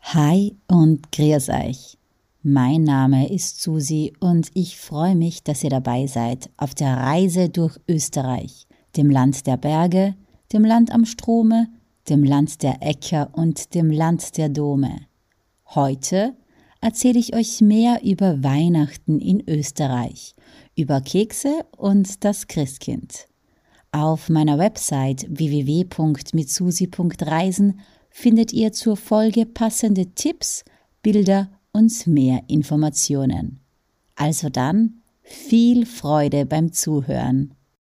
Hi und grüß euch. Mein Name ist Susi und ich freue mich, dass ihr dabei seid auf der Reise durch Österreich, dem Land der Berge, dem Land am Strome, dem Land der Äcker und dem Land der Dome. Heute erzähle ich euch mehr über Weihnachten in Österreich, über Kekse und das Christkind. Auf meiner Website www.mitsusi.reisen findet ihr zur Folge passende Tipps, Bilder und mehr Informationen. Also dann viel Freude beim Zuhören.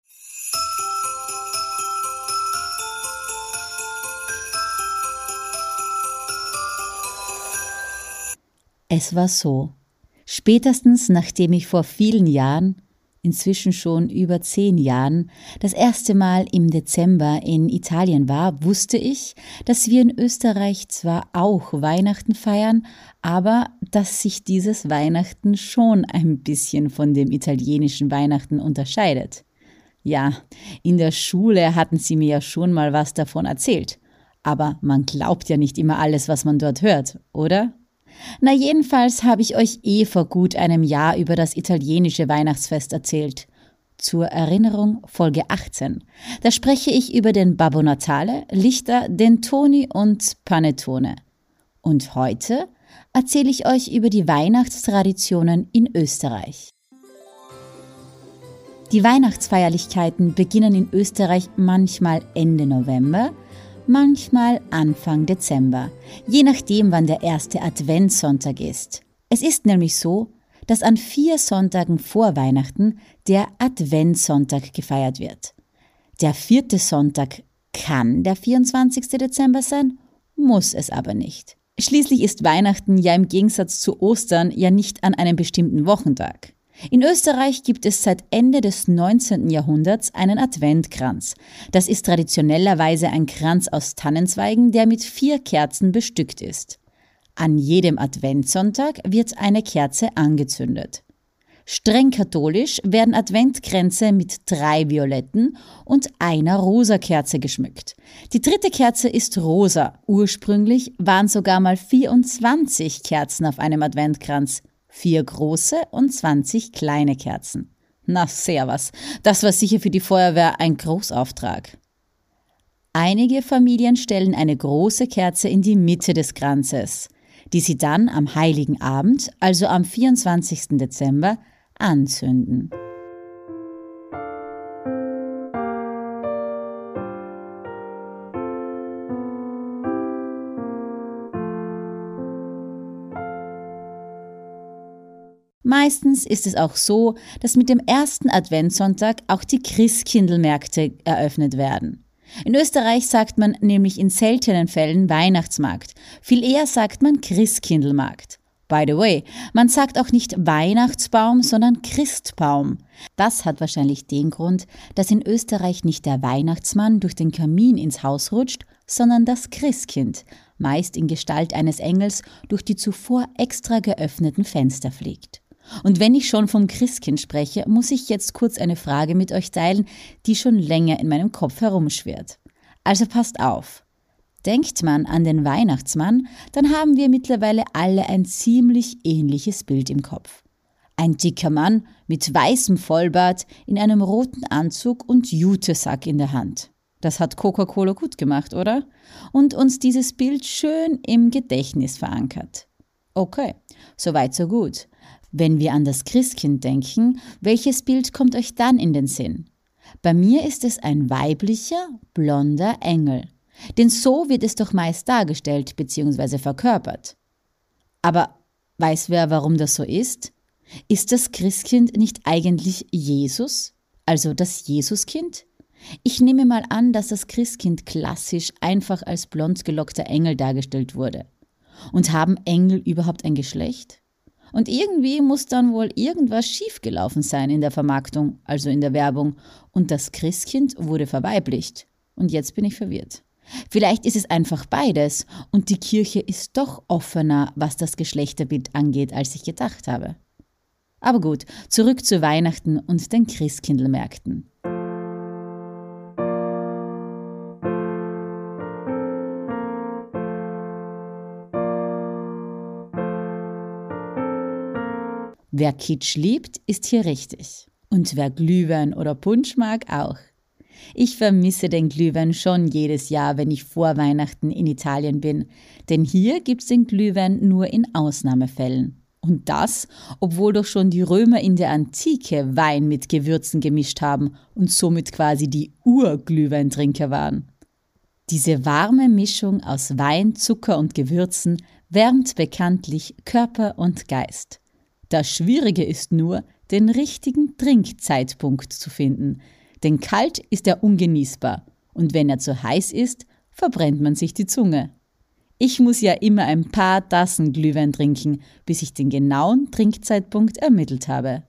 Es war so: Spätestens nachdem ich vor vielen Jahren, inzwischen schon über 10 Jahren, das erste Mal im Dezember in Italien war, wusste ich, dass wir in Österreich zwar auch Weihnachten feiern, aber dass sich dieses Weihnachten schon ein bisschen von dem italienischen Weihnachten unterscheidet. Ja, in der Schule hatten sie mir ja schon mal was davon erzählt. Aber man glaubt ja nicht immer alles, was man dort hört, oder? Na, jedenfalls habe ich euch vor gut einem Jahr über das italienische Weihnachtsfest erzählt. Zur Erinnerung Folge 18. Da spreche ich über den Babbo Natale, Lichter, den Toni und Panettone. Und heute erzähle ich euch über die Weihnachtstraditionen in Österreich. Die Weihnachtsfeierlichkeiten beginnen in Österreich manchmal Ende November, manchmal Anfang Dezember, je nachdem, wann der erste Adventssonntag ist. Es ist nämlich so, dass an 4 Sonntagen vor Weihnachten der Adventssonntag gefeiert wird. Der 4. Sonntag kann der 24. Dezember sein, muss es aber nicht. Schließlich ist Weihnachten ja im Gegensatz zu Ostern ja nicht an einem bestimmten Wochentag. In Österreich gibt es seit Ende des 19. Jahrhunderts einen Adventkranz. Das ist traditionellerweise ein Kranz aus Tannenzweigen, der mit 4 Kerzen bestückt ist. An jedem Adventssonntag wird eine Kerze angezündet. Streng katholisch werden Adventkränze mit 3 violetten und einer rosa Kerze geschmückt. Die 3. Kerze ist rosa. Ursprünglich waren sogar mal 24 Kerzen auf einem Adventkranz. 4 große und 20 kleine Kerzen. Na, sehr was. Das war sicher für die Feuerwehr ein Großauftrag. Einige Familien stellen eine große Kerze in die Mitte des Kranzes, die sie dann am Heiligen Abend, also am 24. Dezember, anzünden. Meistens ist es auch so, dass mit dem ersten Adventssonntag auch die Christkindlmärkte eröffnet werden. In Österreich sagt man nämlich in seltenen Fällen Weihnachtsmarkt. Viel eher sagt man Christkindlmarkt. By the way, man sagt auch nicht Weihnachtsbaum, sondern Christbaum. Das hat wahrscheinlich den Grund, dass in Österreich nicht der Weihnachtsmann durch den Kamin ins Haus rutscht, sondern das Christkind, meist in Gestalt eines Engels, durch die zuvor extra geöffneten Fenster fliegt. Und wenn ich schon vom Christkind spreche, muss ich jetzt kurz eine Frage mit euch teilen, die schon länger in meinem Kopf herumschwirrt. Also passt auf. Denkt man an den Weihnachtsmann, dann haben wir mittlerweile alle ein ziemlich ähnliches Bild im Kopf. Ein dicker Mann mit weißem Vollbart in einem roten Anzug und Jutesack in der Hand. Das hat Coca-Cola gut gemacht, oder? Und uns dieses Bild schön im Gedächtnis verankert. Okay, soweit so gut. Wenn wir an das Christkind denken, welches Bild kommt euch dann in den Sinn? Bei mir ist es ein weiblicher, blonder Engel. Denn so wird es doch meist dargestellt bzw. verkörpert. Aber weiß wer, warum das so ist? Ist das Christkind nicht eigentlich Jesus? Also das Jesuskind? Ich nehme mal an, dass das Christkind klassisch einfach als blond gelockter Engel dargestellt wurde. Und haben Engel überhaupt ein Geschlecht? Und irgendwie muss dann wohl irgendwas schiefgelaufen sein in der Vermarktung, also in der Werbung. Und das Christkind wurde verweiblicht. Und jetzt bin ich verwirrt. Vielleicht ist es einfach beides und die Kirche ist doch offener, was das Geschlechterbild angeht, als ich gedacht habe. Aber gut, zurück zu Weihnachten und den Christkindlmärkten. Wer Kitsch liebt, ist hier richtig. Und wer Glühwein oder Punsch mag, auch. Ich vermisse den Glühwein schon jedes Jahr, wenn ich vor Weihnachten in Italien bin, denn hier gibt's den Glühwein nur in Ausnahmefällen. Und das, obwohl doch schon die Römer in der Antike Wein mit Gewürzen gemischt haben und somit quasi die Urglühweintrinker waren. Diese warme Mischung aus Wein, Zucker und Gewürzen wärmt bekanntlich Körper und Geist. Das Schwierige ist nur, den richtigen Trinkzeitpunkt zu finden, denn kalt ist er ungenießbar und wenn er zu heiß ist, verbrennt man sich die Zunge. Ich muss ja immer ein paar Tassen Glühwein trinken, bis ich den genauen Trinkzeitpunkt ermittelt habe.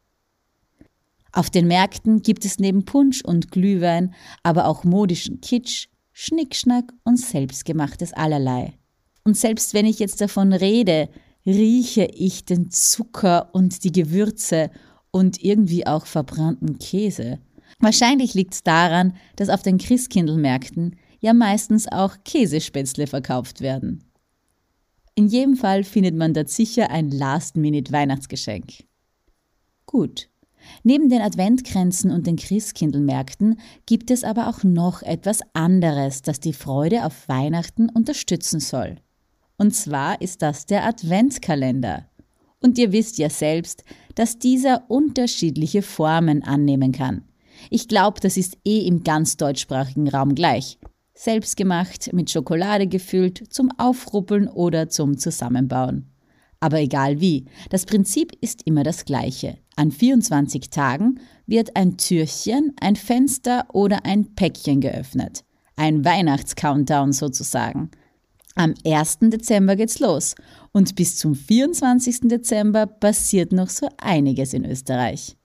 Auf den Märkten gibt es neben Punsch und Glühwein aber auch modischen Kitsch, Schnickschnack und selbstgemachtes allerlei. Und selbst wenn ich jetzt davon rede, rieche ich den Zucker und die Gewürze und irgendwie auch verbrannten Käse. Wahrscheinlich liegt es daran, dass auf den Christkindlmärkten ja meistens auch Käsespätzle verkauft werden. In jedem Fall findet man dort sicher ein Last-Minute-Weihnachtsgeschenk. Gut, neben den Adventkränzen und den Christkindlmärkten gibt es aber auch noch etwas anderes, das die Freude auf Weihnachten unterstützen soll. Und zwar ist das der Adventskalender. Und ihr wisst ja selbst, dass dieser unterschiedliche Formen annehmen kann. Ich glaube, das ist im ganz deutschsprachigen Raum gleich. Selbstgemacht, mit Schokolade gefüllt, zum Aufruppeln oder zum Zusammenbauen. Aber egal wie, das Prinzip ist immer das gleiche. An 24 Tagen wird ein Türchen, ein Fenster oder ein Päckchen geöffnet. Ein Weihnachtscountdown sozusagen. Am 1. Dezember geht's los und bis zum 24. Dezember passiert noch so einiges in Österreich.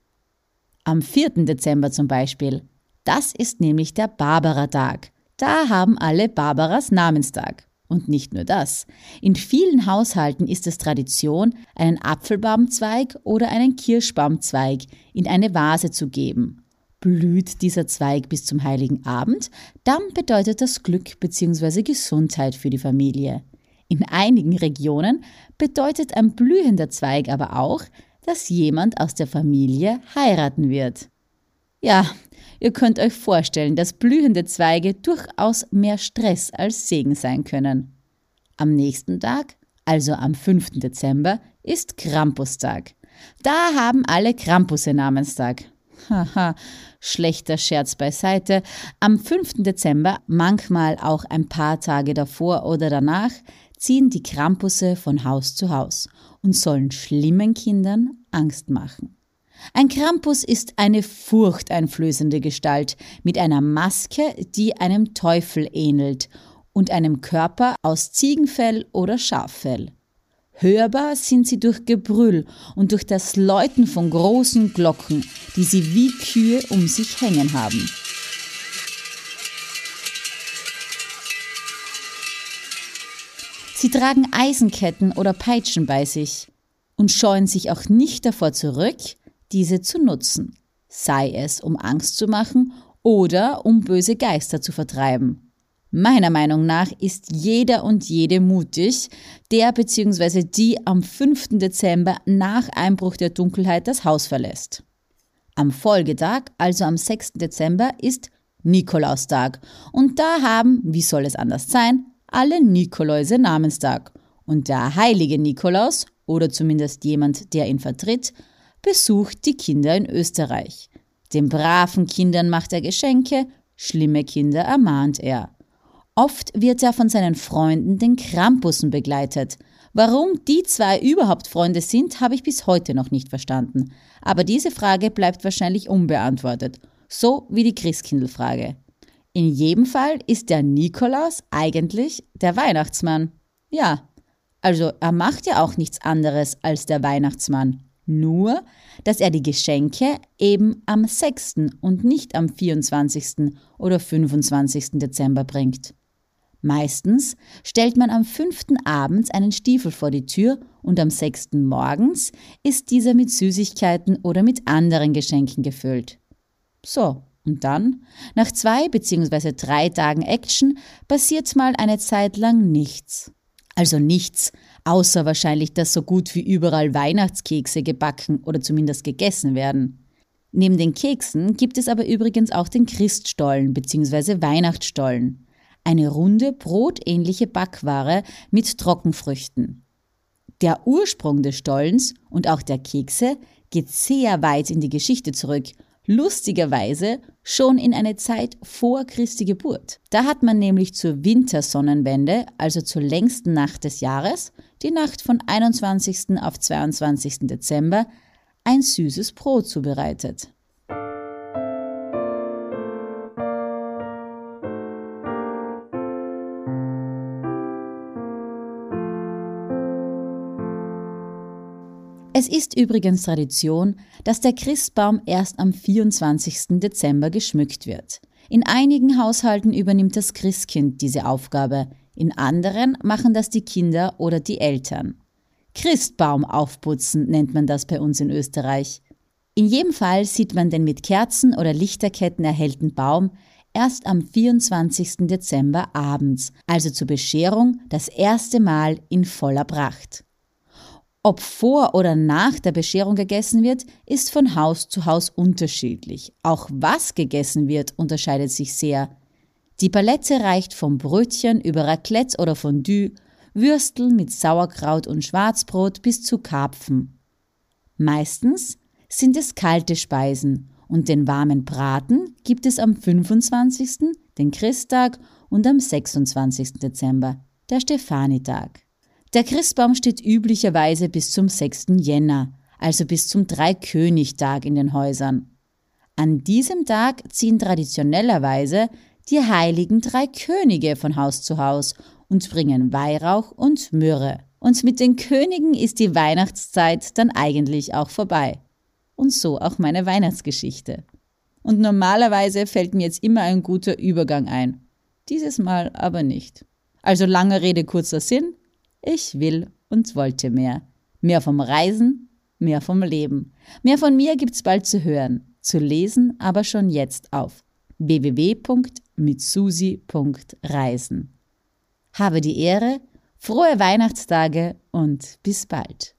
Am 4. Dezember zum Beispiel, das ist nämlich der Barbara-Tag. Da haben alle Barbaras Namenstag. Und nicht nur das. In vielen Haushalten ist es Tradition, einen Apfelbaumzweig oder einen Kirschbaumzweig in eine Vase zu geben. Blüht dieser Zweig bis zum Heiligen Abend, dann bedeutet das Glück bzw. Gesundheit für die Familie. In einigen Regionen bedeutet ein blühender Zweig aber auch, dass jemand aus der Familie heiraten wird. Ja, ihr könnt euch vorstellen, dass blühende Zweige durchaus mehr Stress als Segen sein können. Am nächsten Tag, also am 5. Dezember, ist Krampustag. Da haben alle Krampusse Namenstag. Haha, schlechter Scherz beiseite. Am 5. Dezember, manchmal auch ein paar Tage davor oder danach, ziehen die Krampusse von Haus zu Haus und sollen schlimmen Kindern Angst machen. Ein Krampus ist eine furchteinflößende Gestalt mit einer Maske, die einem Teufel ähnelt und einem Körper aus Ziegenfell oder Schaffell. Hörbar sind sie durch Gebrüll und durch das Läuten von großen Glocken, die sie wie Kühe um sich hängen haben. Sie tragen Eisenketten oder Peitschen bei sich und scheuen sich auch nicht davor zurück, diese zu nutzen, sei es um Angst zu machen oder um böse Geister zu vertreiben. Meiner Meinung nach ist jeder und jede mutig, der bzw. die am 5. Dezember nach Einbruch der Dunkelheit das Haus verlässt. Am Folgetag, also am 6. Dezember, ist Nikolaustag und da haben, wie soll es anders sein, alle Nikoläuse Namenstag. Und der heilige Nikolaus, oder zumindest jemand, der ihn vertritt, besucht die Kinder in Österreich. Den braven Kindern macht er Geschenke, schlimme Kinder ermahnt er. Oft wird er von seinen Freunden, den Krampussen, begleitet. Warum die zwei überhaupt Freunde sind, habe ich bis heute noch nicht verstanden. Aber diese Frage bleibt wahrscheinlich unbeantwortet, so wie die Christkindlfrage. In jedem Fall ist der Nikolaus eigentlich der Weihnachtsmann. Ja, also er macht ja auch nichts anderes als der Weihnachtsmann. Nur, dass er die Geschenke eben am 6. und nicht am 24. oder 25. Dezember bringt. Meistens stellt man am 5. abends einen Stiefel vor die Tür und am 6. morgens ist dieser mit Süßigkeiten oder mit anderen Geschenken gefüllt. So, und dann, nach 2 bzw. 3 Tagen Action, passiert mal eine Zeit lang nichts. Also nichts, außer wahrscheinlich, dass so gut wie überall Weihnachtskekse gebacken oder zumindest gegessen werden. Neben den Keksen gibt es aber übrigens auch den Christstollen bzw. Weihnachtsstollen. Eine runde, brotähnliche Backware mit Trockenfrüchten. Der Ursprung des Stollens und auch der Kekse geht sehr weit in die Geschichte zurück, lustigerweise schon in eine Zeit vor Christi Geburt. Da hat man nämlich zur Wintersonnenwende, also zur längsten Nacht des Jahres, die Nacht von 21. auf 22. Dezember, ein süßes Brot zubereitet. Es ist übrigens Tradition, dass der Christbaum erst am 24. Dezember geschmückt wird. In einigen Haushalten übernimmt das Christkind diese Aufgabe, in anderen machen das die Kinder oder die Eltern. Christbaum aufputzen nennt man das bei uns in Österreich. In jedem Fall sieht man den mit Kerzen oder Lichterketten erhellten Baum erst am 24. Dezember abends, also zur Bescherung das erste Mal in voller Pracht. Ob vor oder nach der Bescherung gegessen wird, ist von Haus zu Haus unterschiedlich. Auch was gegessen wird, unterscheidet sich sehr. Die Palette reicht vom Brötchen über Raclette oder Fondue, Würstel mit Sauerkraut und Schwarzbrot bis zu Karpfen. Meistens sind es kalte Speisen und den warmen Braten gibt es am 25., den Christtag, und am 26. Dezember, der Stefanitag. Der Christbaum steht üblicherweise bis zum 6. Jänner, also bis zum Dreikönigtag in den Häusern. An diesem Tag ziehen traditionellerweise die heiligen drei Könige von Haus zu Haus und bringen Weihrauch und Myrrhe. Und mit den Königen ist die Weihnachtszeit dann eigentlich auch vorbei. Und so auch meine Weihnachtsgeschichte. Und normalerweise fällt mir jetzt immer ein guter Übergang ein. Dieses Mal aber nicht. Also lange Rede, kurzer Sinn. Ich will und wollte mehr. Mehr vom Reisen, mehr vom Leben. Mehr von mir gibt's bald zu hören, zu lesen aber schon jetzt auf www.mitsusi.reisen. Habe die Ehre, frohe Weihnachtstage und bis bald.